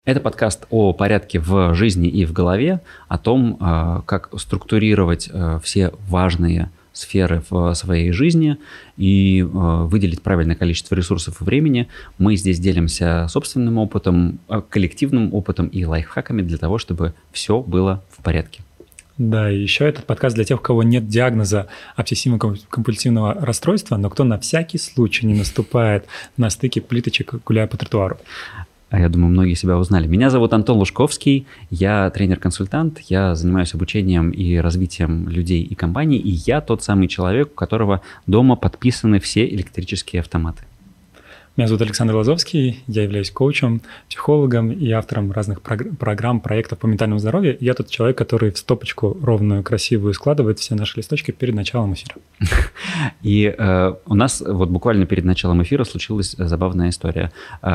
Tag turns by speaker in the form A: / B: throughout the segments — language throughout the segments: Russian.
A: Это подкаст о порядке в жизни и в голове, о том, как структурировать все важные сферы в своей жизни и выделить правильное количество ресурсов и времени. Мы здесь делимся собственным опытом, коллективным опытом и лайфхаками для того, чтобы все было в порядке.
B: Да, и еще этот подкаст для тех, у кого нет диагноза обсессивно-компульсивного расстройства, но кто на всякий случай не наступает на стыке плиточек, гуляя по тротуару.
A: Я думаю, многие себя узнали. Меня зовут Антон Лужковский, я тренер-консультант, я занимаюсь обучением и развитием людей и компаний, и я тот самый человек, у которого дома подписаны все электрические автоматы.
B: Меня зовут Александр Лазовский, я являюсь коучем, психологом и автором разных программ, проектов по ментальному здоровью. Я тот человек, который в стопочку ровную, красивую складывает все наши листочки перед началом эфира.
A: И у нас вот буквально перед началом эфира случилась забавная история.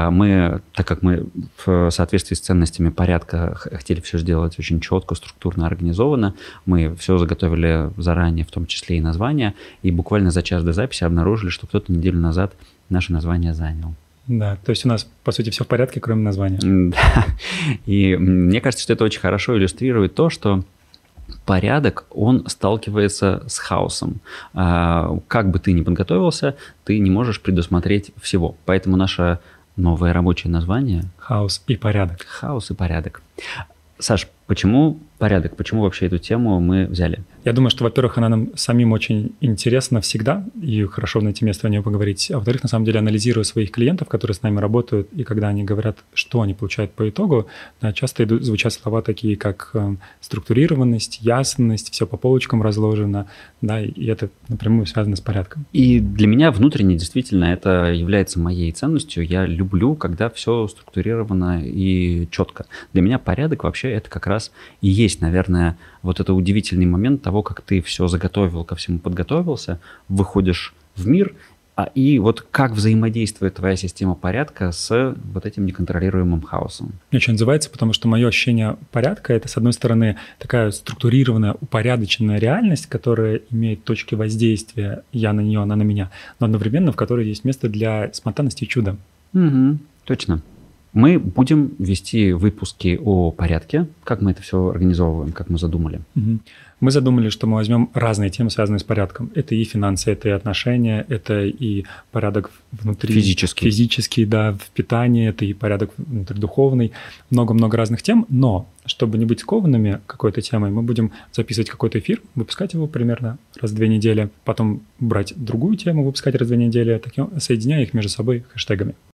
A: Так как мы в соответствии с ценностями порядка хотели все сделать очень четко, структурно, организованно, мы все заготовили заранее, в том числе и название, и буквально за час до записи обнаружили, что кто-то неделю назад наше название занял.
B: Да, то есть у нас, по сути, все в порядке, кроме названия.
A: Да, и мне кажется, что это очень хорошо иллюстрирует то, что порядок, он сталкивается с хаосом. Как бы ты ни подготовился, ты не можешь предусмотреть всего. Поэтому наше новое рабочее название –
B: Хаос и порядок.
A: Хаос и порядок. Саш, почему порядок? Почему вообще эту тему мы взяли?
B: Я думаю, что, во-первых, она нам самим очень интересна всегда, и хорошо найти место о ней поговорить. А во-вторых, на самом деле, анализируя своих клиентов, которые с нами работают, и когда они говорят, что они получают по итогу, да, часто звучат слова такие, как структурированность, ясность, все по полочкам разложено, да, и это напрямую связано с порядком.
A: И для меня внутренне действительно это является моей ценностью. Я люблю, когда все структурировано и четко. Для меня порядок вообще это как раз и есть, наверное, вот это удивительный момент того, как ты все заготовил, ко всему подготовился, выходишь в мир, и вот как взаимодействует твоя система порядка с вот этим неконтролируемым хаосом.
B: Мне очень называется, потому что мое ощущение порядка – это, с одной стороны, такая структурированная, упорядоченная реальность, которая имеет точки воздействия, я на нее, она на меня, но одновременно в которой есть место для спонтанности и чуда.
A: Угу, точно. Мы будем вести выпуски о порядке, как мы это все организовываем, как мы задумали.
B: Мы задумали, что мы возьмем разные темы, связанные с порядком. Это и финансы, это и отношения, это и порядок внутри. Физический, да, в питании, это и порядок внутридуховный. Много-много разных тем, но чтобы не быть скованными какой-то темой, мы будем записывать какой-то эфир, выпускать его примерно раз в 2 недели, потом брать другую тему, выпускать раз в 2 недели, соединяя их между собой хэштегами.